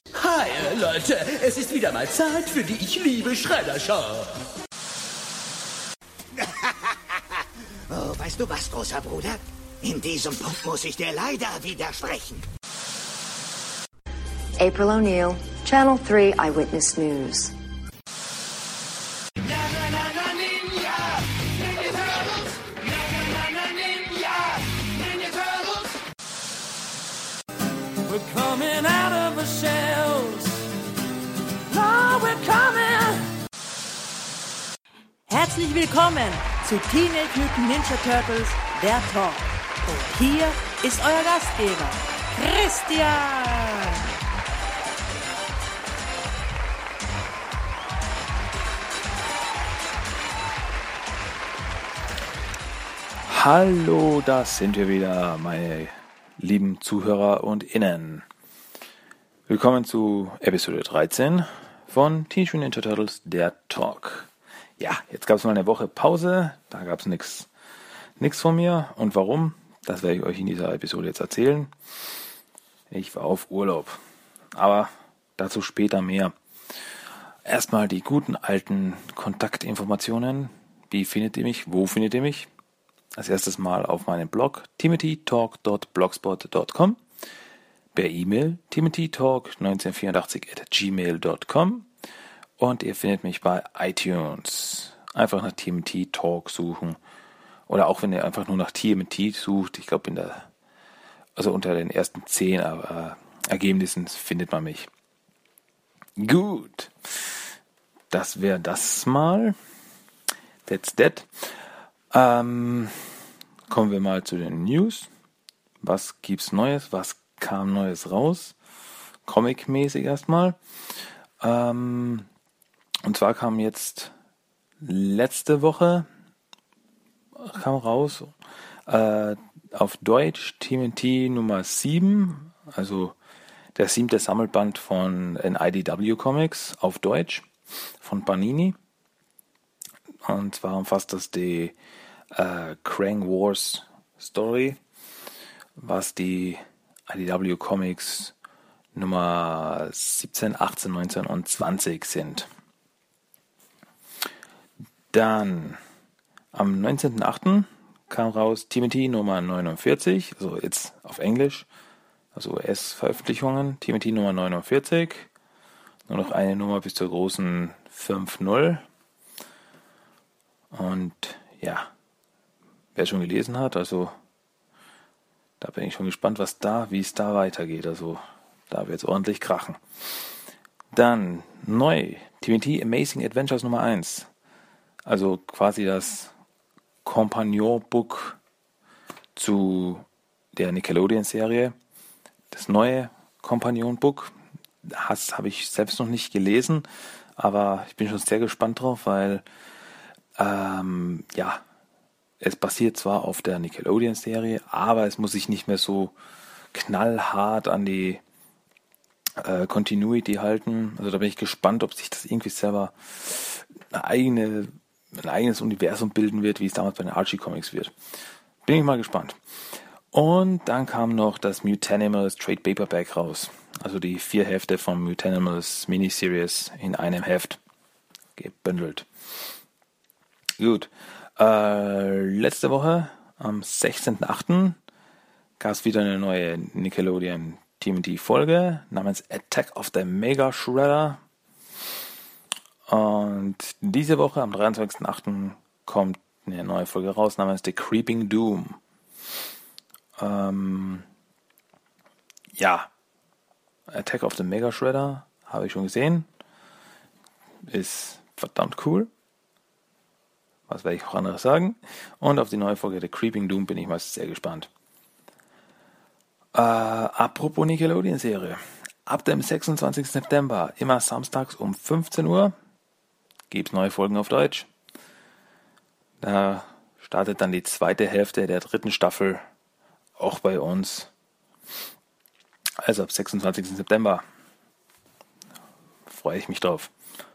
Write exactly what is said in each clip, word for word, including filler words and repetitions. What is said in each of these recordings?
Hi, Leute, es ist wieder mal Zeit für die Ich liebe Schredder-Show. Oh, weißt du was, großer Bruder? In diesem Punkt muss ich dir leider widersprechen. April O'Neil, Channel three Eyewitness News. We're coming out of the shells. No, we're coming. Herzlich willkommen zu Teenage Mutant Ninja Turtles, der Talk. Und hier ist euer Gastgeber, Christian. Hallo, das sind wir wieder, meine lieben Zuhörer und Innen. Willkommen zu Episode dreizehn von Teenage Mutant Ninja Turtles, der Talk. Ja, jetzt gab es mal eine Woche Pause, da gab es nichts nix von mir. Und warum? Das werde ich euch in dieser Episode jetzt erzählen. Ich war auf Urlaub, aber dazu später mehr. Erstmal die guten alten Kontaktinformationen. Wie findet ihr mich? Wo findet ihr mich? Als erstes mal auf meinem Blog timothy talk dot blogspot dot com, per E-Mail timothytalk neunzehnhundertvierundachtzig at gmail dot com und ihr findet mich bei iTunes. Einfach nach Timothy Talk suchen oder auch wenn ihr einfach nur nach Timothy sucht, ich glaube in der also unter den ersten zehn äh, Ergebnissen findet man mich. Gut, das wäre das mal. That's that. Ähm, kommen wir mal zu den News. Was gibt's Neues? Was kam Neues raus? Comic-mäßig erstmal. Ähm, und zwar kam jetzt letzte Woche kam raus äh, auf Deutsch T M N T Nummer sieben, also der siebte Sammelband von N I D W Comics auf Deutsch von Panini. Und zwar umfasst das die äh, Krang Wars Story, was die I D W Comics Nummer siebzehn, achtzehn, neunzehn und zwanzig sind. Dann am neunzehnten achten kam raus T M N T Nummer neunundvierzig, also jetzt auf Englisch, also U S-Veröffentlichungen, T M N T Nummer neunundvierzig, nur noch eine Nummer bis zur großen fünf null. Und ja, wer schon gelesen hat, also da bin ich schon gespannt, was da, wie es da weitergeht. Also da wird es ordentlich krachen. Dann neu, T M N T Amazing Adventures Nummer eins. Also quasi das Companion-Book zu der Nickelodeon-Serie. Das neue Companion-Book. Das habe ich selbst noch nicht gelesen, aber ich bin schon sehr gespannt drauf, weil Ähm, ja, es basiert zwar auf der Nickelodeon-Serie, aber es muss sich nicht mehr so knallhart an die äh, Continuity halten. Also da bin ich gespannt, ob sich das irgendwie selber eine eigene, ein eigenes Universum bilden wird, wie es damals bei den Archie Comics wird. Bin ich mal gespannt. Und dann kam noch das Mutanimals Trade Paperback raus. Also die vier Hefte vom Mutanimals Miniseries in einem Heft gebündelt. Gut, äh, letzte Woche, am sechzehnten achten gab es wieder eine neue Nickelodeon T M N T-Folge namens Attack of the Mega Shredder. Und diese Woche, am dreiundzwanzigsten achten kommt eine neue Folge raus namens The Creeping Doom. Ähm, ja, Attack of the Mega Shredder habe ich schon gesehen. Ist verdammt cool. Was werde ich auch anderes sagen? Und auf die neue Folge der Creeping Doom bin ich mal sehr gespannt. Äh, apropos Nickelodeon-Serie. Ab dem sechsundzwanzigsten September, immer samstags um fünfzehn Uhr, gibt es neue Folgen auf Deutsch. Da startet dann die zweite Hälfte der dritten Staffel, auch bei uns. Also ab sechsundzwanzigsten September. Freue ich mich drauf.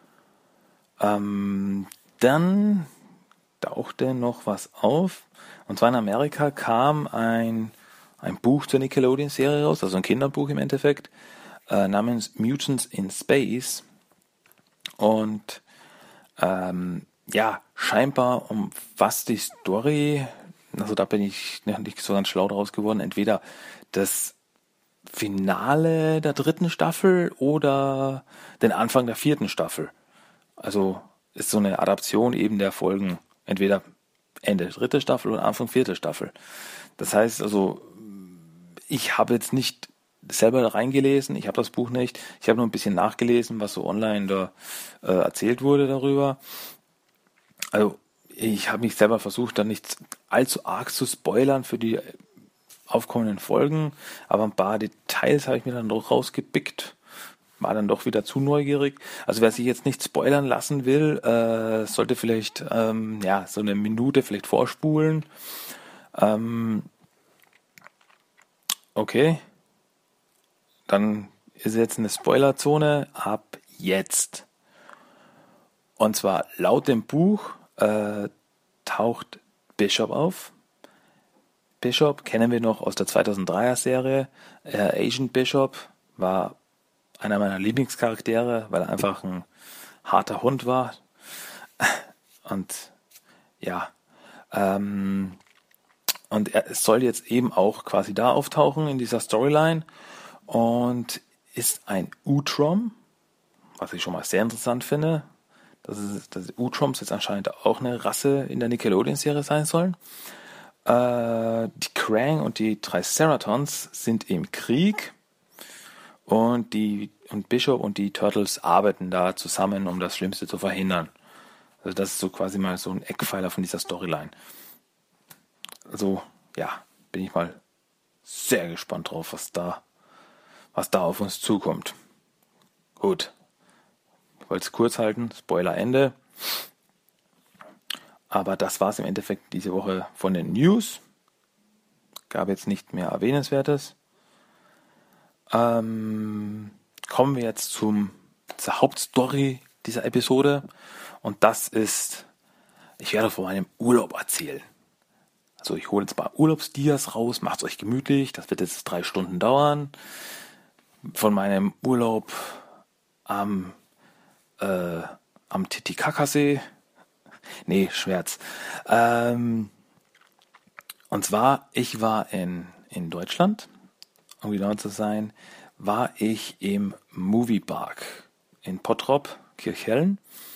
Ähm, dann tauchte noch was auf. Und zwar in Amerika kam ein, ein Buch zur Nickelodeon-Serie raus, also ein Kinderbuch im Endeffekt, äh, namens Mutants in Space. Und ähm, ja, scheinbar umfasst die Story, also da bin ich nicht so ganz schlau draus geworden, entweder das Finale der dritten Staffel oder den Anfang der vierten Staffel. Also ist so eine Adaption eben der Folgen, entweder Ende dritte Staffel oder Anfang vierte Staffel. Das heißt also, ich habe jetzt nicht selber reingelesen, ich habe das Buch nicht, ich habe nur ein bisschen nachgelesen, was so online da äh, erzählt wurde darüber. Also ich habe mich selber versucht, dann nicht allzu arg zu spoilern für die aufkommenden Folgen, aber ein paar Details habe ich mir dann doch rausgepickt, war dann doch wieder zu neugierig. Also wer sich jetzt nicht spoilern lassen will, äh, sollte vielleicht ähm, ja so eine Minute vielleicht vorspulen. Ähm, okay, dann ist jetzt eine Spoilerzone ab jetzt. Und zwar laut dem Buch äh, taucht Bishop auf. Bishop kennen wir noch aus der zweitausenddreier Serie. Äh, Agent Bishop war einer meiner Lieblingscharaktere, weil er einfach ein harter Hund war. Und ja, ähm, und er soll jetzt eben auch quasi da auftauchen in dieser Storyline und ist ein Utrom, was ich schon mal sehr interessant finde. Dass, es, dass Utroms jetzt anscheinend auch eine Rasse in der Nickelodeon-Serie sein sollen. Äh, die Krang und die Triceratons sind im Krieg und die und Bishop und die Turtles arbeiten da zusammen, um das Schlimmste zu verhindern. Also das ist so quasi mal so ein Eckpfeiler von dieser Storyline. Also ja, bin ich mal sehr gespannt drauf, was da, was da auf uns zukommt. Gut. Ich wollte es kurz halten, Spoiler Ende. Aber das war es im Endeffekt diese Woche von den News. Gab jetzt nicht mehr Erwähnenswertes. Ähm, kommen wir jetzt zum, zur Hauptstory dieser Episode. Und das ist, ich werde von meinem Urlaub erzählen. Also ich hole jetzt mal Urlaubsdias raus, macht's euch gemütlich. Das wird jetzt drei Stunden dauern. Von meinem Urlaub am Äh, am Titicacasee. Nee, Schmerz. Ähm, und zwar, ich war in, in Deutschland, um genau zu sein, war ich im Moviepark in Bottrop, Kirchhellen.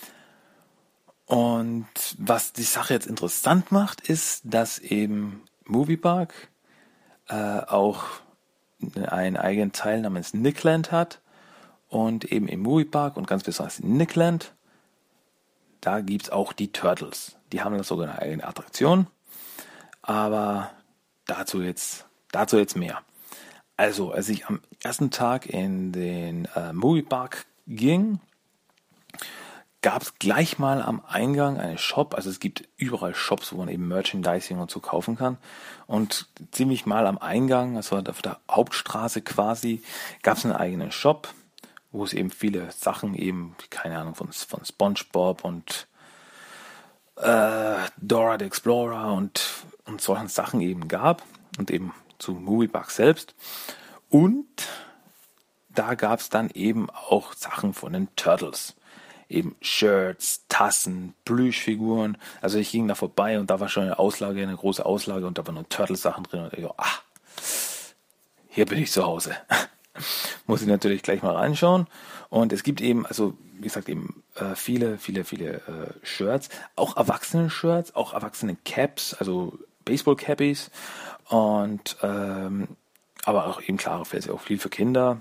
Und was die Sache jetzt interessant macht, ist, dass eben Moviepark äh, auch einen eigenen Teil namens Nickland hat. Und eben im Moviepark und ganz besonders in Nickland, da gibt es auch die Turtles. Die haben das sogar eine eigene Attraktion. Aber dazu jetzt, dazu jetzt mehr. Also, als ich am ersten Tag in den äh, Moviepark ging, gab es gleich mal am Eingang einen Shop. Also es gibt überall Shops, wo man eben Merchandising und so kaufen kann. Und ziemlich mal am Eingang, also auf der Hauptstraße quasi, gab es einen eigenen Shop, wo es eben viele Sachen eben, keine Ahnung, von, von SpongeBob und äh, Dora the Explorer und, und solchen Sachen eben gab und eben zu Moviepark selbst. Und da gab es dann eben auch Sachen von den Turtles. Eben Shirts, Tassen, Plüschfiguren. Also ich ging da vorbei und da war schon eine Auslage, eine große Auslage und da waren nur Turtles-Sachen drin. Und ich dachte, ah, hier bin ich zu Hause. Muss ich natürlich gleich mal reinschauen. Und es gibt eben, also wie gesagt, eben äh, viele, viele, viele äh, Shirts, auch Erwachsenen-Shirts, auch Erwachsenen-Caps, also Baseball-Cappies und ähm, aber auch eben klar, auch viel für Kinder.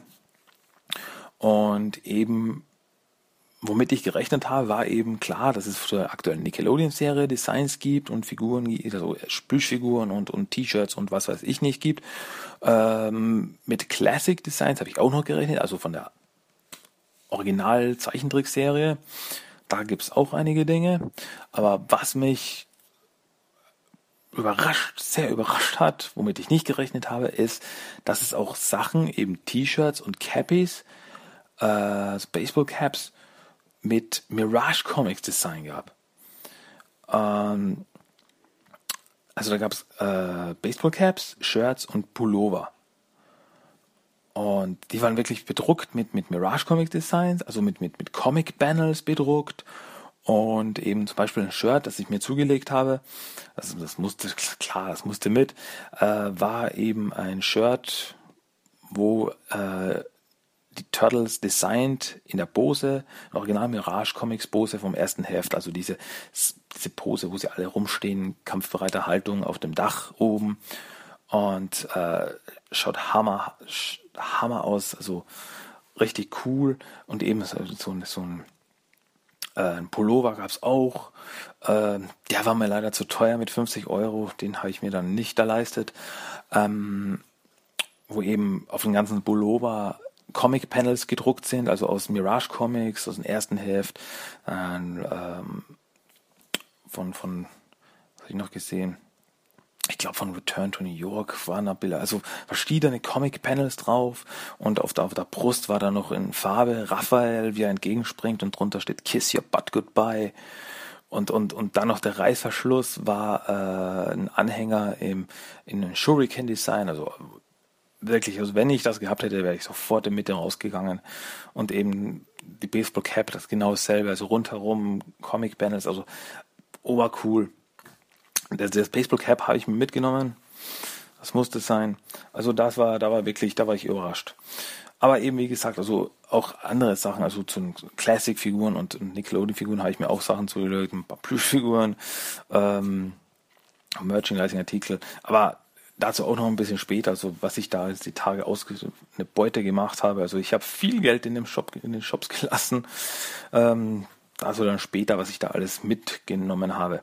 Und eben, womit ich gerechnet habe, war eben klar, dass es für die aktuelle Nickelodeon-Serie Designs gibt und Figuren, also Plüschfiguren und, und T-Shirts und was weiß ich nicht gibt. Ähm, mit Classic Designs habe ich auch noch gerechnet, also von der Original-Zeichentrickserie. Da gibt es auch einige Dinge. Aber was mich überrascht, sehr überrascht hat, womit ich nicht gerechnet habe, ist, dass es auch Sachen, eben T-Shirts und Cappies, äh, also Baseball-Caps, mit Mirage Comics Design gab. Ähm, also da gab es äh, Baseball Caps, Shirts und Pullover. Und die waren wirklich bedruckt mit, mit Mirage Comic Designs, also mit, mit, mit Comic Panels bedruckt. Und eben zum Beispiel ein Shirt, das ich mir zugelegt habe, also das musste, klar, das musste mit, äh, war eben ein Shirt, wo äh, die Turtles designt in der Pose, Original Mirage Comics Pose vom ersten Heft, also diese, diese Pose, wo sie alle rumstehen, kampfbereiter Haltung auf dem Dach oben und äh, schaut hammer, hammer aus, also richtig cool und eben so, so, so ein Äh, ein Pullover gab es auch. Äh, der war mir leider zu teuer mit fünfzig Euro. Den habe ich mir dann nicht erleistet. Ähm, wo eben auf dem ganzen Pullover Comic-Panels gedruckt sind, also aus Mirage Comics, aus dem ersten Heft. Äh, ähm, von, von, was habe ich noch gesehen? Ich glaube von Return to New York waren da Bilder, also verschiedene Comic-Panels drauf und auf der, auf der Brust war da noch in Farbe Raphael, wie er entgegenspringt und drunter steht Kiss Your Butt Goodbye und, und, und dann noch der Reißverschluss war äh, ein Anhänger im, in einem Shuriken-Design, also wirklich, also wenn ich das gehabt hätte, wäre ich sofort in Mitte rausgegangen und eben die Baseball Cap, das genau dasselbe, also rundherum Comic-Panels, also obercool. Das, das Baseball Cap habe ich mir mitgenommen. Das musste sein. Also das war, da war wirklich, da war ich überrascht. Aber eben wie gesagt, also auch andere Sachen, also zu Classic-Figuren und Nickelodeon-Figuren habe ich mir auch Sachen zugelegt, ein paar Plüschfiguren, ähm, Merchandising-Artikel. Aber dazu auch noch ein bisschen später, also was ich da jetzt die Tage ausge eine Beute gemacht habe. Also ich habe viel Geld in dem Shop, in den Shops gelassen. Ähm, also dann später, was ich da alles mitgenommen habe.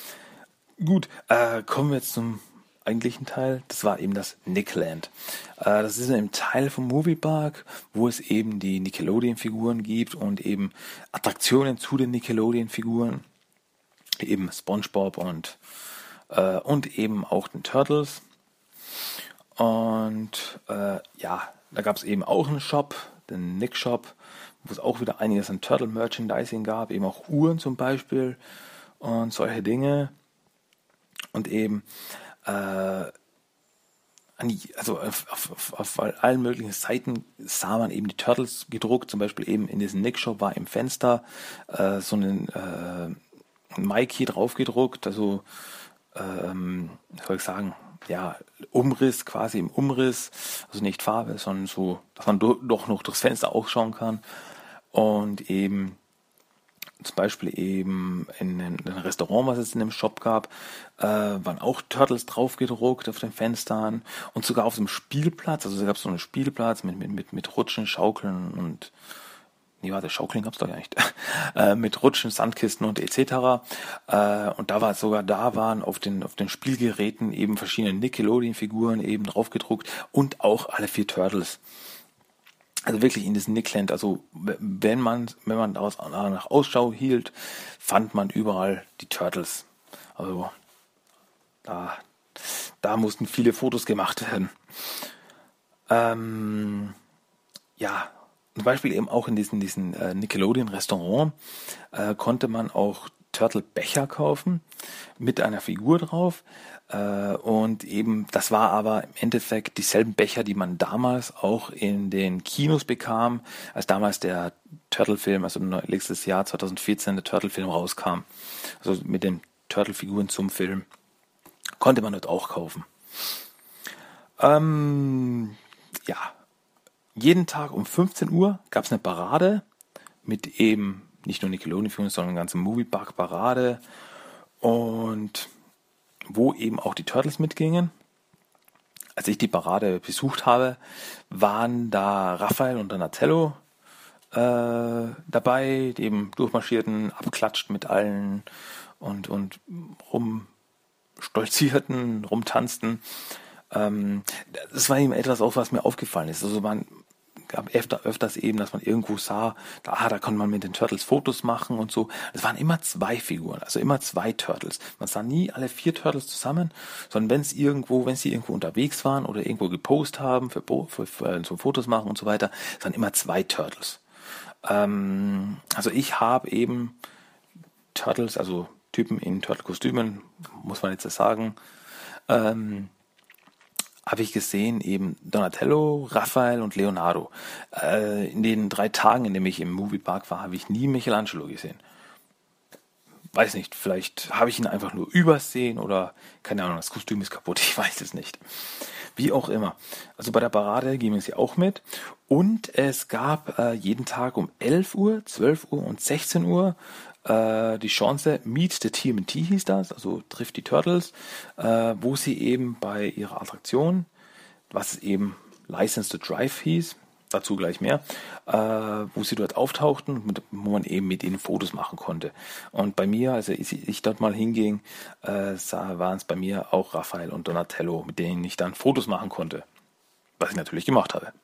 Gut, äh, kommen wir jetzt zum eigentlichen Teil. Das war eben das Nickland. Äh, das ist ein Teil vom Moviepark, wo es eben die Nickelodeon-Figuren gibt und eben Attraktionen zu den Nickelodeon-Figuren. Eben SpongeBob und, äh, und eben auch den Turtles. Und äh, ja, da gab es eben auch einen Shop, den Nick Shop, wo es auch wieder einiges an Turtle-Merchandising gab, eben auch Uhren zum Beispiel und solche Dinge. Und eben äh, an die, also auf, auf, auf allen möglichen Seiten sah man eben die Turtles gedruckt, zum Beispiel eben in diesem Nick Shop war im Fenster äh, so ein äh, Mikey drauf gedruckt, also ähm, soll ich sagen, ja, Umriss quasi im Umriss, also nicht Farbe, sondern so, dass man do, doch noch durchs Fenster auch schauen kann und eben zum Beispiel eben in einem Restaurant, was es in dem Shop gab, äh, waren auch Turtles drauf gedruckt auf den Fenstern und sogar auf dem Spielplatz, also es gab so einen Spielplatz mit, mit, mit, mit Rutschen, Schaukeln und, nee, warte, Schaukeln gab es doch gar nicht, äh, mit Rutschen, Sandkisten und et cetera. Äh, und da war sogar, da waren auf den, auf den Spielgeräten eben verschiedene Nickelodeon-Figuren eben drauf gedruckt und auch alle vier Turtles. Also wirklich in diesem Nickland, also wenn man, wenn man daraus nach Ausschau hielt, fand man überall die Turtles. Also da, da mussten viele Fotos gemacht werden. Ähm, ja, zum Beispiel eben auch in diesem, diesem äh, Nickelodeon-Restaurant äh, konnte man auch Turtle-Becher kaufen mit einer Figur drauf. Äh, und eben, das war aber im Endeffekt dieselben Becher, die man damals auch in den Kinos bekam, als damals der Turtle-Film, also letztes Jahr zwanzig vierzehn der Turtle-Film rauskam. Also mit den Turtle-Figuren zum Film konnte man dort auch kaufen. Ähm, ja, jeden Tag um fünfzehn Uhr gab es eine Parade mit eben nicht nur Nickelodeon-Figuren, sondern eine ganze Moviepark-Parade und wo eben auch die Turtles mitgingen. Als ich die Parade besucht habe, waren da Raphael und Donatello äh, dabei, die eben durchmarschierten, abklatscht mit allen und, und rumstolzierten, rumtanzten. Ähm, das war eben etwas auch, was mir aufgefallen ist. Also man gab öfter, öfters eben, dass man irgendwo sah, da, ah, da konnte man mit den Turtles Fotos machen und so. Es waren immer zwei Figuren, also immer zwei Turtles. Man sah nie alle vier Turtles zusammen, sondern wenn es irgendwo, wenn sie irgendwo unterwegs waren oder irgendwo gepostet haben für, für, für so Fotos machen und so weiter, es waren immer zwei Turtles. Ähm, also ich habe eben Turtles, also Typen in Turtle-Kostümen, muss man jetzt sagen, ähm, habe ich gesehen eben Donatello, Raphael und Leonardo. Äh, in den drei Tagen, in denen ich im Moviepark war, habe ich nie Michelangelo gesehen. Weiß nicht, vielleicht habe ich ihn einfach nur übersehen oder, keine Ahnung, das Kostüm ist kaputt, ich weiß es nicht. Wie auch immer. Also bei der Parade gingen sie auch mit. Und es gab äh, jeden Tag um elf Uhr, zwölf Uhr und sechzehn Uhr äh, die Chance, Meet the T M T hieß das, also trifft die Turtles, äh, wo sie eben bei ihrer Attraktion, was eben License to Drive hieß, dazu gleich mehr, äh, wo sie dort auftauchten, mit, wo man eben mit ihnen Fotos machen konnte. Und bei mir, also ich, ich dort mal hinging, äh, waren es bei mir auch Raphael und Donatello, mit denen ich dann Fotos machen konnte. Was ich natürlich gemacht habe.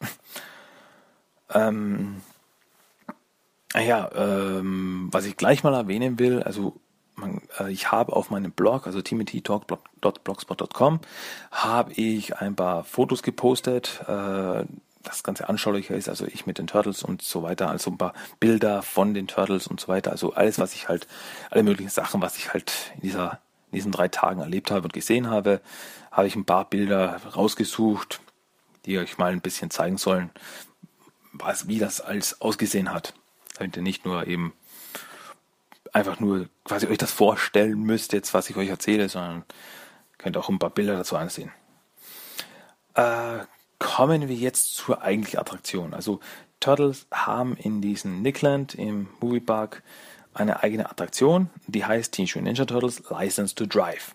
ähm, ja, ähm, was ich gleich mal erwähnen will, also man, äh, ich habe auf meinem Blog, also timothy talk dot blogspot dot com, habe ich ein paar Fotos gepostet, äh, das Ganze anschaulicher ist, also ich mit den Turtles und so weiter, also ein paar Bilder von den Turtles und so weiter, also alles, was ich halt, alle möglichen Sachen, was ich halt in dieser, in diesen drei Tagen erlebt habe und gesehen habe, habe ich ein paar Bilder rausgesucht, die euch mal ein bisschen zeigen sollen, was, wie das alles ausgesehen hat, damit ihr nicht nur eben einfach nur quasi euch das vorstellen müsst, jetzt was ich euch erzähle, sondern könnt auch ein paar Bilder dazu ansehen. Äh, Kommen wir jetzt zur eigentlichen Attraktion. Also Turtles haben in diesem Nickland im Moviepark eine eigene Attraktion, die heißt Teenage Mutant Ninja Turtles License to Drive.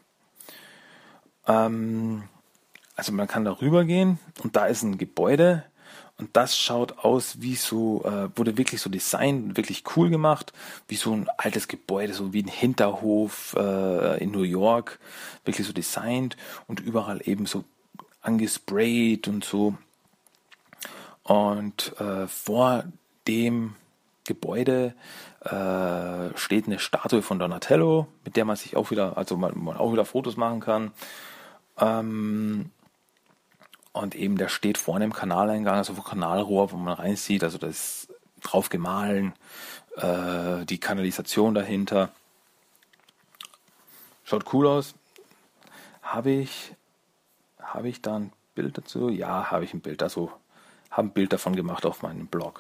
Ähm, also man kann da rübergehen und da ist ein Gebäude und das schaut aus wie so, äh, wurde wirklich so designt, wirklich cool gemacht, wie so ein altes Gebäude, so wie ein Hinterhof äh, in New York, wirklich so designt und überall eben so angesprayt und so. Und äh, vor dem Gebäude äh, steht eine Statue von Donatello, mit der man sich auch wieder, also man, man auch wieder Fotos machen kann. Ähm, und eben der steht vorne im Kanaleingang, also vor Kanalrohr, wo man reinsieht, also das ist drauf gemahlen, äh, die Kanalisation dahinter. Schaut cool aus. Habe ich Habe ich da ein Bild dazu? Ja, habe ich ein Bild. Also habe ein Bild davon gemacht auf meinem Blog.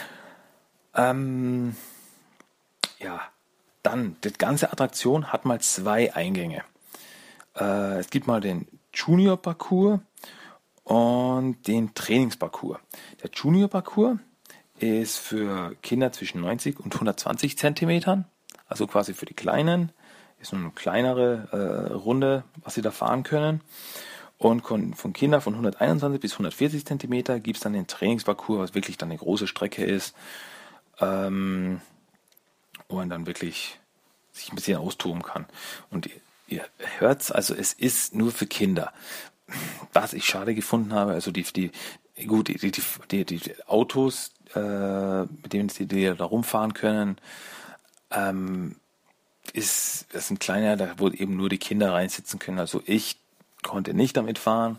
Ähm, ja, dann, die ganze Attraktion hat mal zwei Eingänge. Äh, es gibt mal den Junior-Parcours und den Trainingsparcours. Der Junior-Parcours ist für Kinder zwischen neunzig und hundertzwanzig Zentimetern, also quasi für die Kleinen. Ist nur eine kleinere äh, Runde, was sie da fahren können. Und von Kindern von hunderteinundzwanzig bis hundertvierzig Zentimeter gibt es dann den Trainingsparcours, was wirklich dann eine große Strecke ist, ähm, wo man dann wirklich sich ein bisschen austoben kann. Und ihr, ihr hört's, also es ist nur für Kinder. Was ich schade gefunden habe, also die, die gut, die, die, die, die Autos, äh, mit denen sie die da rumfahren können, ähm, ist, ist ein kleiner, da wo eben nur die Kinder reinsitzen können. Also ich konnte nicht damit fahren.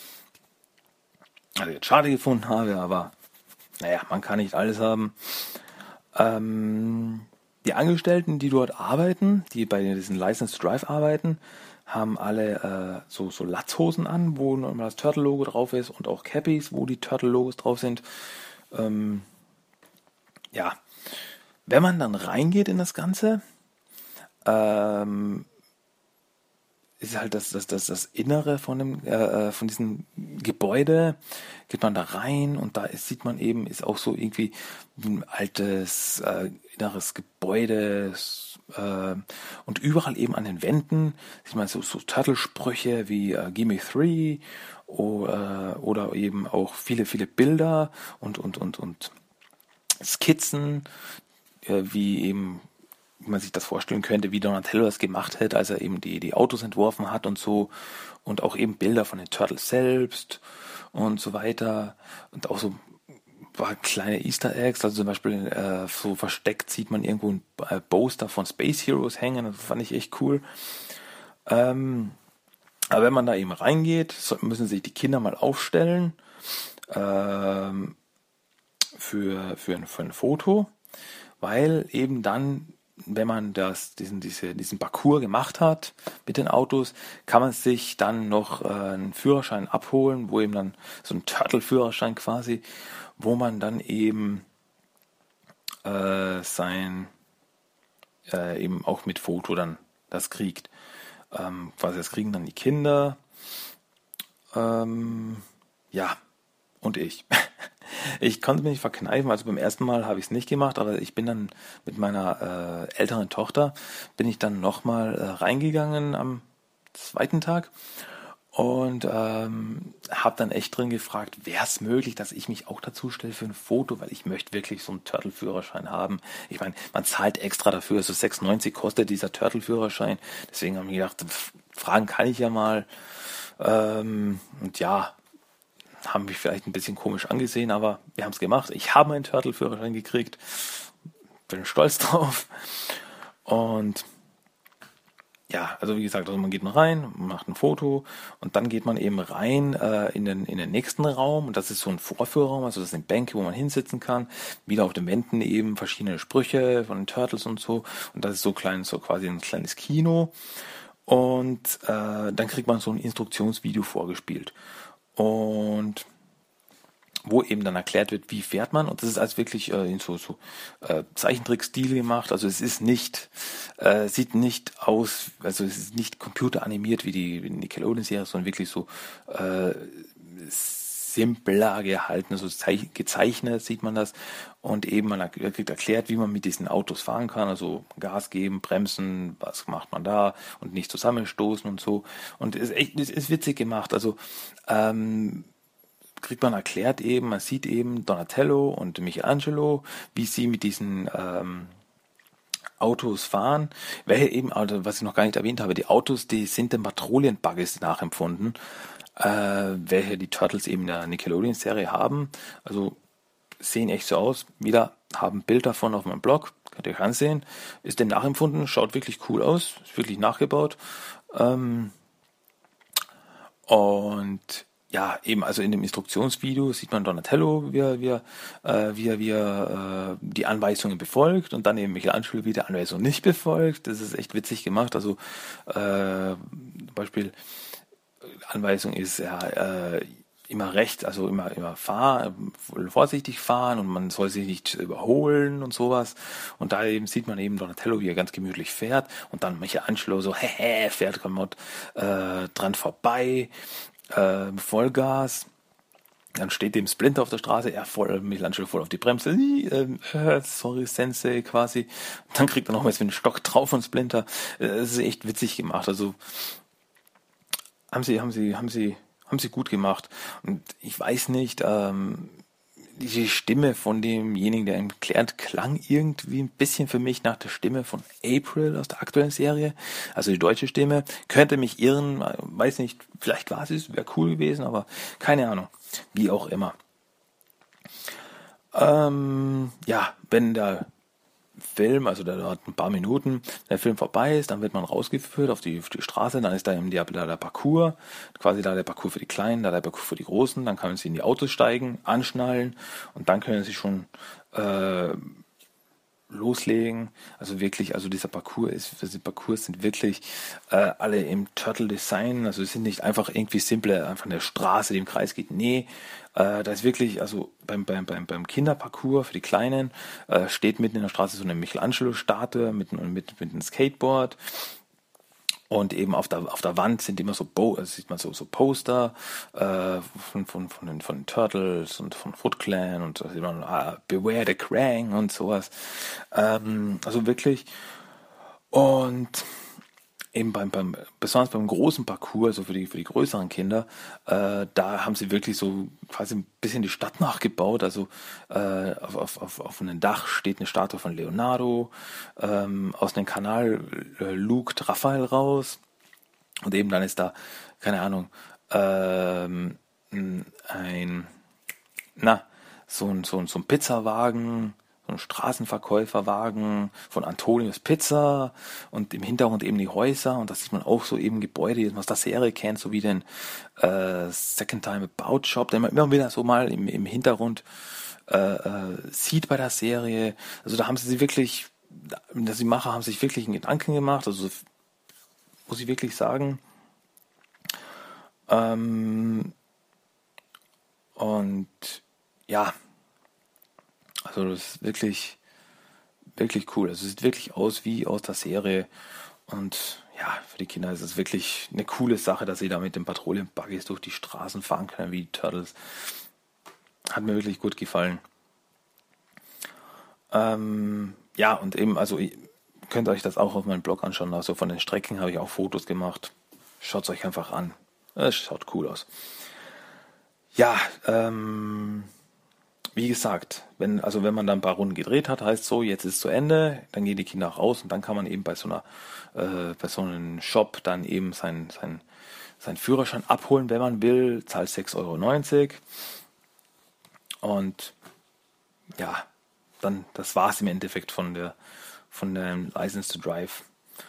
Also jetzt schade gefunden habe, aber naja, man kann nicht alles haben. Ähm, die Angestellten, die dort arbeiten, die bei diesen License to Drive arbeiten, haben alle äh, so, so Latzhosen an, wo nochmal das Turtle-Logo drauf ist und auch Cappies, wo die Turtle-Logos drauf sind. Ähm, ja, wenn man dann reingeht in das Ganze, ähm, ist halt das, das, das, das Innere von dem, äh, von diesem Gebäude, geht man da rein und da ist, sieht man eben, ist auch so irgendwie ein altes, äh, inneres Gebäude, äh, und überall eben an den Wänden sieht man so, so Turtle-Sprüche wie äh, Gimme Three oder, oder eben auch viele, viele Bilder und, und, und, und Skizzen, äh, wie eben, wie man sich das vorstellen könnte, wie Donatello das gemacht hätte, als er eben die, die Autos entworfen hat und so. Und auch eben Bilder von den Turtles selbst und so weiter. Und auch so ein paar kleine Easter Eggs. Also zum Beispiel äh, so versteckt sieht man irgendwo ein äh, Poster von Space Heroes hängen. Das fand ich echt cool. Ähm, aber wenn man da eben reingeht, so müssen sich die Kinder mal aufstellen ähm, für, für, ein, für ein Foto, weil eben dann wenn man das, diesen, diese, diesen Parcours gemacht hat mit den Autos, kann man sich dann noch äh, einen Führerschein abholen, wo eben dann so ein Turtle-Führerschein quasi, wo man dann eben äh, sein, äh, eben auch mit Foto dann das kriegt. Ähm, quasi das kriegen dann die Kinder, ähm, ja, und ich. Ich konnte mich nicht verkneifen, also beim ersten Mal habe ich es nicht gemacht, aber ich bin dann mit meiner äh, älteren Tochter, bin ich dann nochmal äh, reingegangen am zweiten Tag und ähm, habe dann echt drin gefragt, wäre es möglich, dass ich mich auch dazu stelle für ein Foto, weil ich möchte wirklich so einen Turtle-Führerschein haben. Ich meine, man zahlt extra dafür, also sechs neunzig kostet dieser Turtle-Führerschein, deswegen habe ich gedacht, pff, fragen kann ich ja mal ähm, und ja, haben mich vielleicht ein bisschen komisch angesehen, aber wir haben es gemacht. Ich habe meinen Turtle-Führerschein gekriegt. Bin stolz drauf. Und ja, also wie gesagt, also man geht mal rein, macht ein Foto und dann geht man eben rein äh, in den in den nächsten Raum und das ist so ein Vorführraum, also das sind Bänke, wo man hinsitzen kann. Wieder auf den Wänden eben verschiedene Sprüche von den Turtles und so und das ist so klein, so quasi ein kleines Kino und äh, dann kriegt man so ein Instruktionsvideo vorgespielt. Und wo eben dann erklärt wird, wie fährt man. Und das ist als wirklich äh, in so, so äh, Zeichentrick-Stil gemacht. Also es ist nicht, äh, sieht nicht aus, also es ist nicht computeranimiert wie die Nickelodeon-Serie, sondern wirklich so äh, simpler gehalten, also gezeichnet sieht man das. Und eben man kriegt erklärt, wie man mit diesen Autos fahren kann, also Gas geben, bremsen, was macht man da und nicht zusammenstoßen und so. Und es ist echt, es ist witzig gemacht. Also ähm, kriegt man erklärt eben, man sieht eben Donatello und Michelangelo, wie sie mit diesen ähm, Autos fahren, welche eben, also was ich noch gar nicht erwähnt habe, die Autos, die sind den Patrouillen-Buggies nachempfunden, äh, welche die Turtles eben in der Nickelodeon-Serie haben. Also sehen echt so aus. Wieder haben ein Bild davon auf meinem Blog, könnt ihr euch ansehen. Ist denn nachempfunden, schaut wirklich cool aus, ist wirklich nachgebaut. Ähm, und ja, eben, also in dem Instruktionsvideo sieht man Donatello, wie er, wie er, äh, wie er, wie er äh, die Anweisungen befolgt und dann eben Michelangelo, wie der Anweisung nicht befolgt. Das ist echt witzig gemacht. Also äh, zum Beispiel Anweisung ist ja äh, immer rechts, also immer immer fahren, vorsichtig fahren und man soll sich nicht überholen und sowas. Und da eben sieht man eben Donatello, wie er ganz gemütlich fährt und dann Michelangelo so, hehe, fährt kommt äh, dran vorbei. Äh, Vollgas, dann steht dem Splinter auf der Straße, er voll, Michelangelo voll auf die Bremse, äh, sorry Sensei quasi, dann kriegt er noch mal so einen Stock drauf von Splinter. Das ist echt witzig gemacht, also haben sie, haben sie, haben sie, haben sie gut gemacht und ich weiß nicht, ähm, die Stimme von demjenigen, der ihn klärt, klang irgendwie ein bisschen für mich nach der Stimme von April aus der aktuellen Serie. Also die deutsche Stimme. Könnte mich irren, weiß nicht, vielleicht war es, wäre cool gewesen, aber keine Ahnung. Wie auch immer. Ähm, ja, wenn der Film, also der dauert ein paar Minuten, der Film vorbei ist, dann wird man rausgeführt auf die, auf die Straße, dann ist da eben der, der, der Parcours, quasi da der Parcours für die Kleinen, da der Parcours für die Großen, dann können sie in die Autos steigen, anschnallen und dann können sie schon äh, loslegen. Also wirklich, also dieser Parcours ist, diese Parcours sind wirklich äh, alle im Turtle-Design, also es sind nicht einfach irgendwie simple, einfach eine Straße, die im Kreis geht, nee, äh, da ist wirklich, also beim, beim, beim, beim Kinderparcours für die Kleinen äh, steht mitten in der Straße so eine Michelangelo-Statue mit, mit, mit einem Skateboard. Und eben auf der auf der Wand sind immer so Bo- also sieht man so so Poster äh, von von von den von den Turtles und von Foot Clan und da sieht man ah, Beware the Krang und sowas. Ähm, also wirklich und eben beim beim besonders beim großen Parcours, also für die für die größeren Kinder, äh, da haben sie wirklich so quasi ein bisschen die Stadt nachgebaut. Also äh, auf, auf, auf, auf einem Dach steht eine Statue von Leonardo, ähm, aus dem Kanal äh, lugt Raphael raus und eben dann ist da, keine Ahnung, ähm, ein, na, so ein, so ein, so ein Pizzawagen, so ein Straßenverkäuferwagen von Antonius Pizza und im Hintergrund eben die Häuser und das sieht man auch so eben Gebäude, die man aus der Serie kennt, so wie den äh, Second Time About Shop, den man immer wieder so mal im, im Hintergrund äh, äh, sieht bei der Serie. Also da haben sie sie wirklich die Macher haben sich wirklich einen Gedanken gemacht, also muss ich wirklich sagen. Ähm, und ja, also das ist wirklich, wirklich cool. Also es sieht wirklich aus wie aus der Serie. Und ja, für die Kinder ist es wirklich eine coole Sache, dass sie da mit den Patrouillen-Buggies durch die Straßen fahren können wie die Turtles. Hat mir wirklich gut gefallen. Ähm, ja, und eben, also ihr könnt euch das auch auf meinem Blog anschauen. Also von den Strecken habe ich auch Fotos gemacht. Schaut es euch einfach an. Es schaut cool aus. Ja, ähm, wie gesagt, wenn, also wenn man dann ein paar Runden gedreht hat, heißt so, jetzt ist zu Ende, dann gehen die Kinder raus und dann kann man eben bei so einer, äh, bei so einem Shop dann eben seinen sein, sein Führerschein abholen, wenn man will, zahlt sechs Euro neunzig. Und ja, dann, das war's im Endeffekt von der, von dem License to Drive.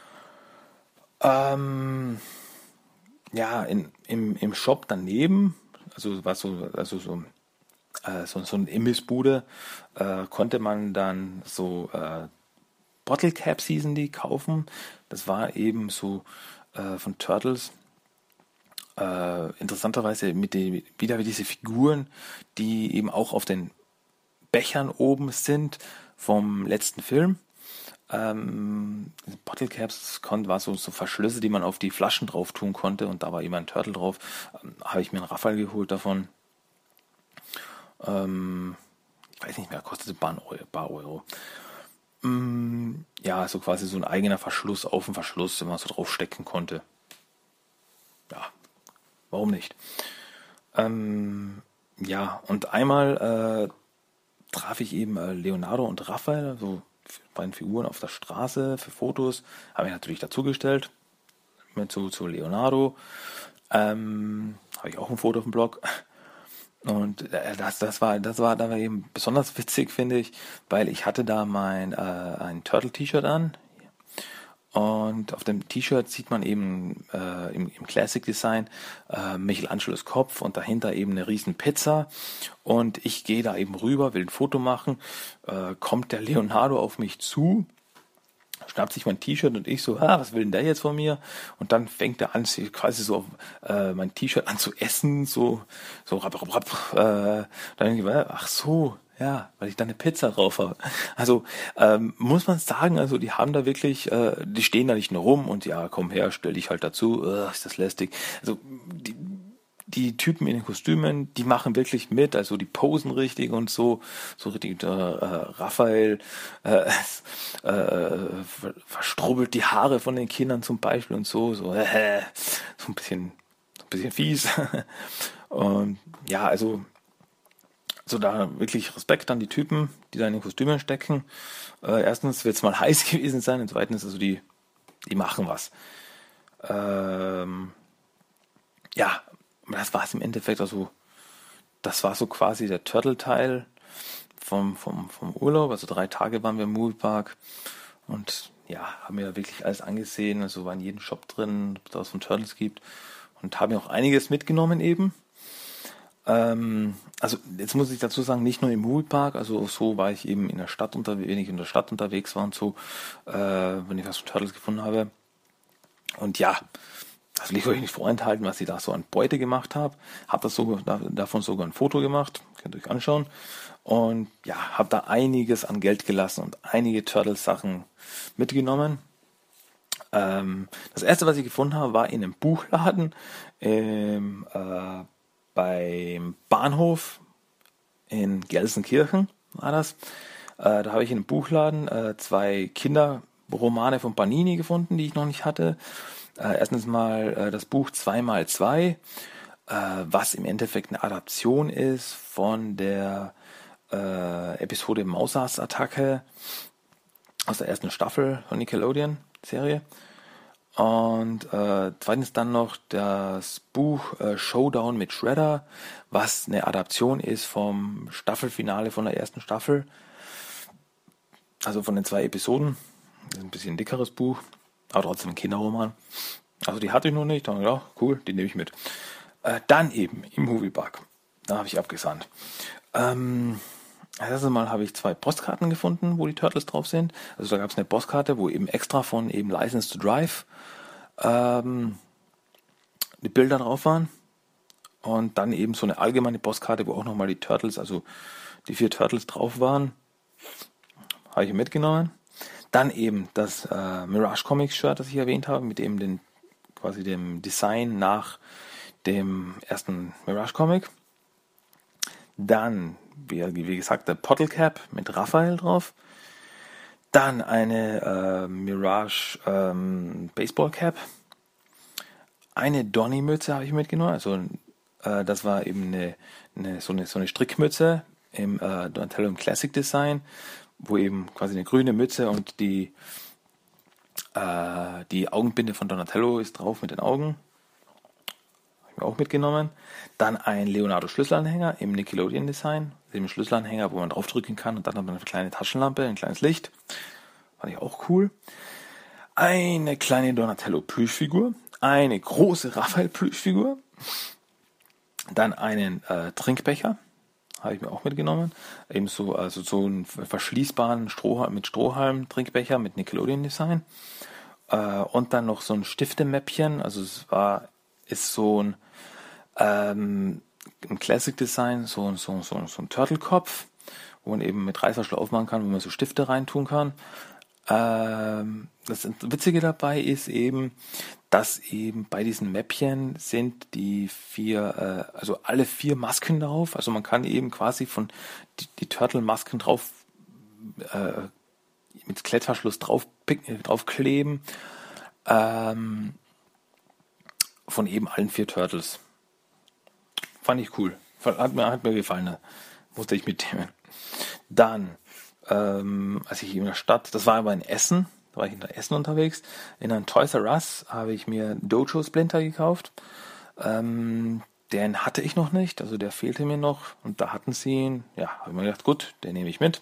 Ähm, ja, in, im, im Shop daneben, also war so, also so, äh, so, so eine Imbissbude, äh, konnte man dann so äh, Bottle Caps hießen die kaufen. Das war eben so äh, von Turtles. Äh, interessanterweise mit den, wieder wie diese Figuren, die eben auch auf den Bechern oben sind vom letzten Film. Ähm, Bottle Caps kon, war so, so Verschlüsse, die man auf die Flaschen drauf tun konnte und da war eben ein Turtle drauf. Ähm, habe ich mir einen Raphael geholt davon. Ähm, ich weiß nicht mehr, kostete ein paar Euro. Paar Euro. Ähm, ja, so quasi so ein eigener Verschluss auf dem Verschluss, den man so drauf stecken konnte. Ja, warum nicht? Ähm, ja, und einmal äh, traf ich eben äh, Leonardo und Raphael, so beiden Figuren auf der Straße für Fotos, habe ich natürlich dazugestellt mit zu, zu Leonardo. Ähm, habe ich auch ein Foto auf dem Blog. Und äh, das, das war, das war, da war eben besonders witzig, finde ich, weil ich hatte da mein äh, ein Turtle-T-Shirt an. Und auf dem T-Shirt sieht man eben äh, im, im Classic Design äh, Michelangelos Kopf und dahinter eben eine riesen Pizza. Und ich gehe da eben rüber, will ein Foto machen, äh, kommt der Leonardo auf mich zu, schnappt sich mein T-Shirt und ich so, ah, was will denn der jetzt von mir? Und dann fängt er an, quasi so äh, mein T-Shirt an zu essen, so, so rapp, rapp, rapp. Äh, dann denke ich, ach so, ja, weil ich da eine Pizza drauf habe. Also ähm, muss man sagen, also die haben da wirklich, äh, die stehen da nicht nur rum und ja, komm her, stell dich halt dazu, uh, ist das lästig. Also die, die Typen in den Kostümen, die machen wirklich mit, also die posen richtig und so, so richtig, äh, Raphael äh, äh, verstrubbelt die Haare von den Kindern zum Beispiel und so, so, äh, so ein bisschen, so ein bisschen fies. Und ja, also so da wirklich Respekt an die Typen, die da in den Kostümen stecken. Äh, erstens wird es mal heiß gewesen sein und zweitens, also die, die machen was. Ähm, ja, das war es im Endeffekt, also das war so quasi der Turtle-Teil vom, vom, vom Urlaub, also drei Tage waren wir im Moviepark und ja, haben mir wirklich alles angesehen, also war in jedem Shop drin, ob es da von Turtles gibt und haben mir auch einiges mitgenommen eben. Ähm, also jetzt muss ich dazu sagen, nicht nur im Moviepark, also so war ich eben in der Stadt unterwegs, wenn ich in der Stadt unterwegs war und so, äh, wenn ich was von Turtles gefunden habe. Und ja, das will ich euch nicht vorenthalten, was ich da so an Beute gemacht habe. Habe das sogar, da, davon sogar ein Foto gemacht, könnt ihr euch anschauen. Und ja, habe da einiges an Geld gelassen und einige Turtles-Sachen mitgenommen. Ähm, das erste, was ich gefunden habe, war in einem Buchladen im äh, beim Bahnhof in Gelsenkirchen war das. Äh, da habe ich in einem Buchladen äh, zwei Kinderromane von Panini gefunden, die ich noch nicht hatte. Äh, erstens mal äh, das Buch zwei mal zwei, äh, was im Endeffekt eine Adaption ist von der äh, Episode Mausass-Attacke aus der ersten Staffel von Nickelodeon-Serie. Und äh, zweitens dann noch das Buch äh, Showdown mit Shredder, was eine Adaption ist vom Staffelfinale von der ersten Staffel. Also von den zwei Episoden. Das ist ein bisschen ein dickeres Buch, aber trotzdem ein Kinderroman. Also die hatte ich noch nicht. Dann, ja, cool, die nehme ich mit. Äh, dann eben im Moviepark. Da habe ich abgesandt. Ähm, Das erste Mal habe ich zwei Postkarten gefunden, wo die Turtles drauf sind. Also da gab es eine Postkarte, wo eben extra von eben License to Drive ähm, die Bilder drauf waren. Und dann eben so eine allgemeine Postkarte, wo auch nochmal die Turtles, also die vier Turtles drauf waren. Habe ich mitgenommen. Dann eben das äh, Mirage Comics Shirt, das ich erwähnt habe, mit eben den, quasi dem Design nach dem ersten Mirage Comic. Dann, wie, wie gesagt, der Pottle Cap mit Raphael drauf. Dann eine äh, Mirage ähm, Baseball Cap. Eine Donny-Mütze habe ich mitgenommen. Also äh, das war eben eine, eine, so, eine so eine Strickmütze im äh, Donatello im Classic Design, wo eben quasi eine grüne Mütze und die, äh, die Augenbinde von Donatello ist drauf mit den Augen. Habe ich mir auch mitgenommen. Dann ein Leonardo Schlüsselanhänger im Nickelodeon Design. Dem Schlüsselanhänger, wo man draufdrücken kann und dann hat man eine kleine Taschenlampe, ein kleines Licht. Fand ich auch cool. Eine kleine Donatello Plüschfigur. Eine große Raphael Plüschfigur. Dann einen äh, Trinkbecher. Habe ich mir auch mitgenommen. Ebenso, also so einen verschließbaren Strohhalm, mit Strohhalm Trinkbecher mit Nickelodeon Design. Äh, und dann noch so ein Stiftemäppchen. Also es war, ist so ein, ähm, ein Classic Design, so, so, so, so ein Turtle-Kopf, wo man eben mit Reißverschluss aufmachen kann, wo man so Stifte reintun kann. Ähm, das Witzige dabei ist eben, dass eben bei diesen Mäppchen sind die vier, äh, also alle vier Masken drauf. Also man kann eben quasi von die, die Turtle-Masken drauf äh, mit Klettverschluss drauf draufkleben. Ähm, von eben allen vier Turtles. Fand ich cool. Hat mir, hat mir gefallen. Ne? Musste ich mitnehmen. Dann, ähm, als ich in der Stadt, das war aber in Essen, da war ich in Essen unterwegs, in einem Toys R Us habe ich mir Dojo Splinter gekauft. Ähm, den hatte ich noch nicht, also der fehlte mir noch und da hatten sie ihn. Ja, habe ich mir gedacht, gut, den nehme ich mit.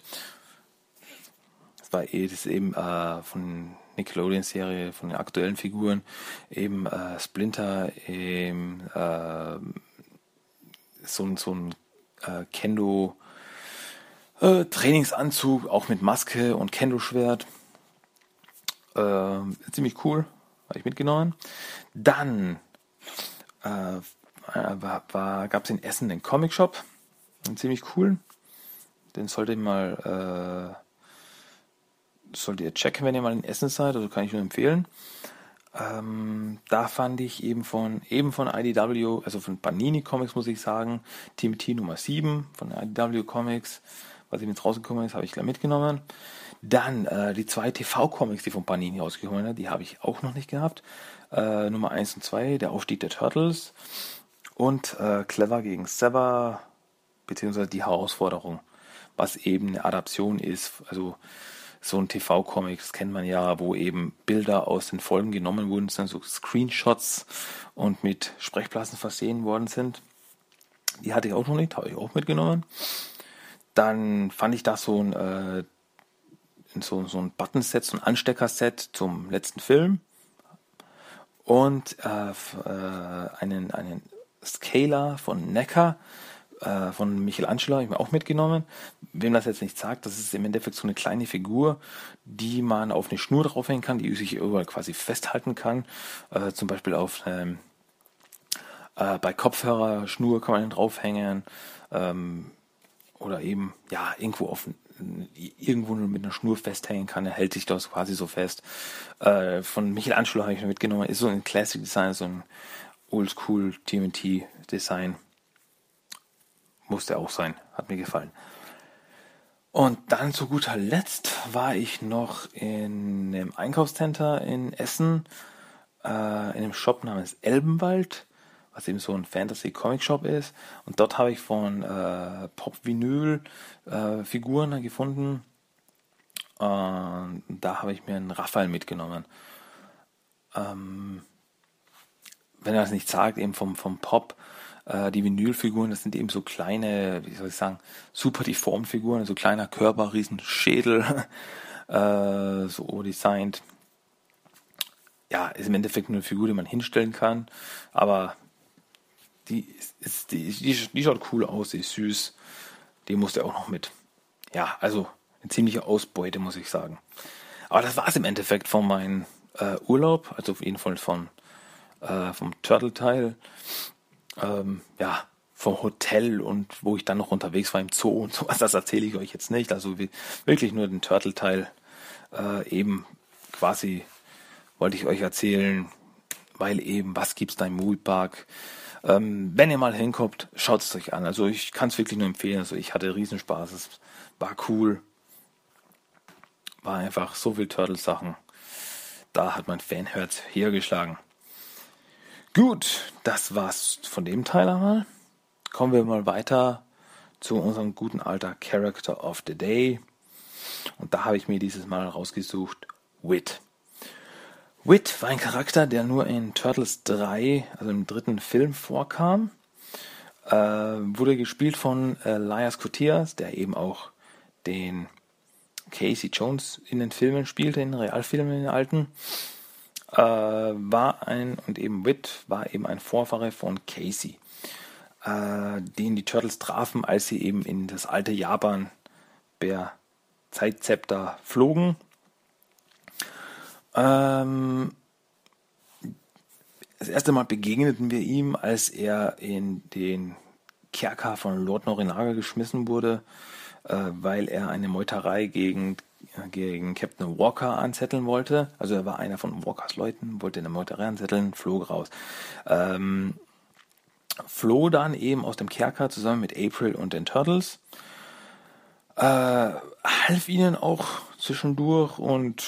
Das war eh, das ist eben äh, von Nickelodeon-Serie, von den aktuellen Figuren, eben äh, Splinter, eben äh, so, so ein äh, Kendo äh, Trainingsanzug, auch mit Maske und Kendo-Schwert. Äh, ziemlich cool, habe ich mitgenommen. Dann äh, war, war, gab es in Essen den Comic Shop, einen ziemlich coolen. Den sollte ich mal, äh, solltet ihr checken, wenn ihr mal in Essen seid, also kann ich nur empfehlen. Ähm, da fand ich eben von eben von I D W, also von Panini Comics muss ich sagen, T M T Nummer sieben von I D W Comics, was eben jetzt rausgekommen ist, habe ich gleich mitgenommen. Dann äh, die zwei T V-Comics, die von Panini rausgekommen sind, die habe ich auch noch nicht gehabt. Äh, Nummer eins und zwei, der Aufstieg der Turtles und äh, Clever gegen Sever, beziehungsweise die Herausforderung, was eben eine Adaption ist, also so ein T V-Comic, das kennt man ja, wo eben Bilder aus den Folgen genommen wurden, sind so Screenshots und mit Sprechblasen versehen worden sind. Die hatte ich auch noch nicht, habe ich auch mitgenommen. Dann fand ich da so ein, äh, so, so ein Button-Set, so ein Anstecker-Set zum letzten Film. Und äh, äh, einen, einen Scaler von Necker, von Michelangelo habe ich mir auch mitgenommen. Wem das jetzt nicht sagt, das ist im Endeffekt so eine kleine Figur, die man auf eine Schnur draufhängen kann, die sich überall quasi festhalten kann. Äh, zum Beispiel auf ähm, äh, bei Kopfhörerschnur kann man ihn draufhängen. Ähm, oder eben ja irgendwo auf irgendwo nur mit einer Schnur festhängen kann. Er hält sich das quasi so fest. Äh, von Michelangelo habe ich mir mitgenommen. Ist so ein Classic Design, so ein Oldschool T M N T Design. Musste auch sein, hat mir gefallen. Und dann zu guter Letzt war ich noch in einem Einkaufscenter in Essen, äh, in einem Shop namens Elbenwald, was eben so ein Fantasy-Comic-Shop ist. Und dort habe ich von äh, Pop-Vinyl äh, Figuren gefunden. Und da habe ich mir einen Raphael mitgenommen. Ähm, wenn er das nicht sagt, eben vom, vom Pop, die Vinylfiguren, das sind eben so kleine, wie soll ich sagen, super deform Figuren, so kleiner Körper, riesen Schädel, äh, so designt. Ja, ist im Endeffekt nur eine Figur, die man hinstellen kann, aber die ist, ist die, die, die schaut cool aus, die ist süß, die musste auch noch mit. ja, also eine ziemliche Ausbeute, muss ich sagen. Aber das war es im Endeffekt von meinem äh, Urlaub, also auf jeden Fall von, äh, vom Turtle-Teil. Ähm, ja, vom Hotel und wo ich dann noch unterwegs war im Zoo und sowas, das erzähle ich euch jetzt nicht. Also wie, wirklich nur den Turtle-Teil äh, eben quasi wollte ich euch erzählen, weil eben, was gibt's da im Moviepark? Ähm, wenn ihr mal hinkommt, schaut es euch an. Also ich kann es wirklich nur empfehlen. Also ich hatte Riesenspaß, es war cool. War einfach so viel Turtles-Sachen. Da hat mein Fanherz hergeschlagen. Gut, das war's von dem Teil einmal. Kommen wir mal weiter zu unserem guten alter Character of the Day. Und da habe ich mir dieses Mal rausgesucht, Wit. Wit war ein Charakter, der nur in Turtles drei, also im dritten Film, vorkam. Äh, wurde gespielt von Elias Koteas, der eben auch den Casey Jones in den Filmen spielte, in den Realfilmen, in den alten. Äh, war ein, und eben Wit war eben ein Vorfahre von Casey, äh, den die Turtles trafen, als sie eben in das alte Japan per Zeitzepter flogen. Ähm, das erste Mal begegneten wir ihm, als er in den Kerker von Lord Norinaga geschmissen wurde, äh, weil er eine Meuterei gegen, äh, gegen Captain Walker anzetteln wollte. Also er war einer von Walkers Leuten, wollte eine Meuterei anzetteln, flog raus. Ähm, floh dann eben aus dem Kerker zusammen mit April und den Turtles. Äh, half ihnen auch zwischendurch und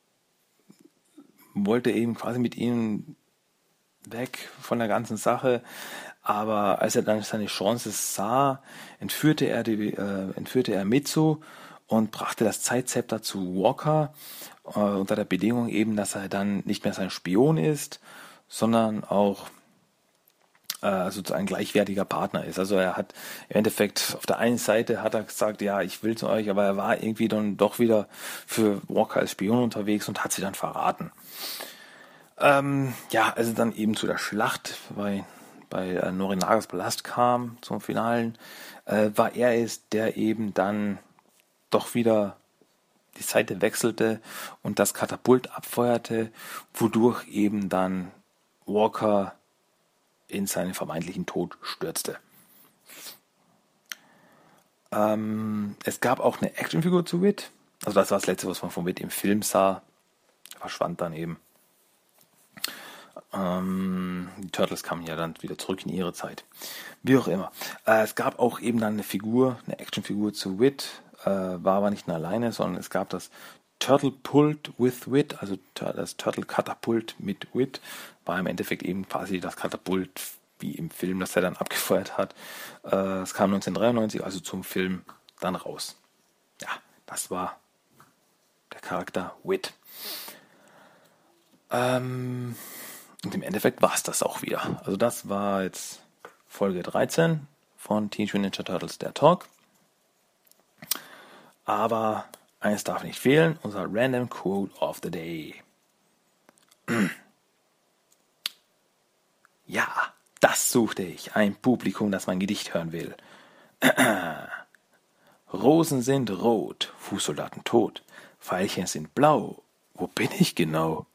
wollte eben quasi mit ihnen weg von der ganzen Sache, aber als er dann seine Chance sah, entführte er die, äh, entführte er Mitsu und brachte das Zeitzepter zu Walker, äh, unter der Bedingung eben, dass er dann nicht mehr sein Spion ist, sondern auch äh, also ein gleichwertiger Partner ist. Also er hat im Endeffekt auf der einen Seite hat er gesagt, ja, ich will zu euch, aber er war irgendwie dann doch wieder für Walker als Spion unterwegs und hat sie dann verraten. Ähm, ja, als es dann eben zu der Schlacht bei, bei äh, Norinagas Palast kam, zum Finalen, äh, war er es, der eben dann doch wieder die Seite wechselte und das Katapult abfeuerte, wodurch eben dann Walker in seinen vermeintlichen Tod stürzte. Ähm, es gab auch eine Actionfigur zu Wit. Also das war das Letzte, was man von Wit im Film sah. Verschwand dann eben. Ähm, die Turtles kamen ja dann wieder zurück in ihre Zeit. Wie auch immer. Äh, es gab auch eben dann eine Figur, eine Actionfigur zu Wit. Äh, war aber nicht nur alleine, sondern es gab das Turtle Pult with Wit, also das Turtle Katapult mit Wit, war im Endeffekt eben quasi das Katapult wie im Film, das er dann abgefeuert hat. Äh, es kam neunzehnhundertdreiundneunzig, also zum Film dann raus. Ja, das war der Charakter Wit. Ähm, und im Endeffekt war es das auch wieder. Also das war jetzt Folge dreizehn von Teenage Mutant Ninja Turtles, der Talk. Aber eines darf nicht fehlen, unser Random Quote of the Day. Ja, das suchte ich, ein Publikum, das mein Gedicht hören will. Rosen sind rot, Fußsoldaten tot, Veilchen sind blau, wo bin ich genau?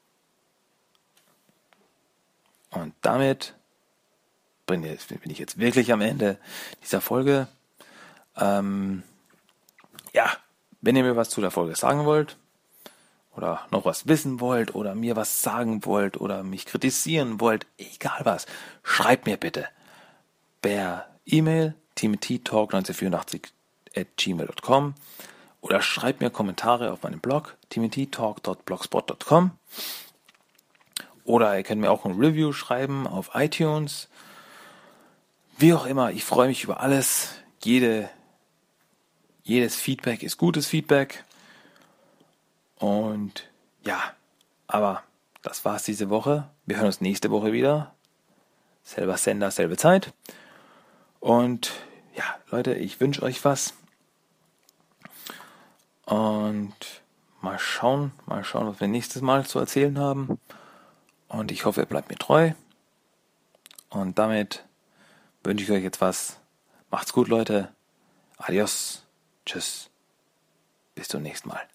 Und damit bin ich jetzt wirklich am Ende dieser Folge. Ähm, ja, wenn ihr mir was zu der Folge sagen wollt oder noch was wissen wollt oder mir was sagen wollt oder mich kritisieren wollt, egal was, schreibt mir bitte per E-Mail timothytalk neunzehnhundertvierundachtzig at gmail dot com oder schreibt mir Kommentare auf meinem Blog timothytalk dot blogspot dot com. Oder ihr könnt mir auch ein Review schreiben auf iTunes. Wie auch immer, ich freue mich über alles. Jede, jedes Feedback ist gutes Feedback. Und ja, aber das war's diese Woche. Wir hören uns nächste Woche wieder. Selber Sender, selbe Zeit. Und ja, Leute, ich wünsche euch was. Und mal schauen, mal schauen, was wir nächstes Mal zu erzählen haben. Und ich hoffe, ihr bleibt mir treu. Und damit wünsche ich euch jetzt was. Macht's gut, Leute. Adios. Tschüss. Bis zum nächsten Mal.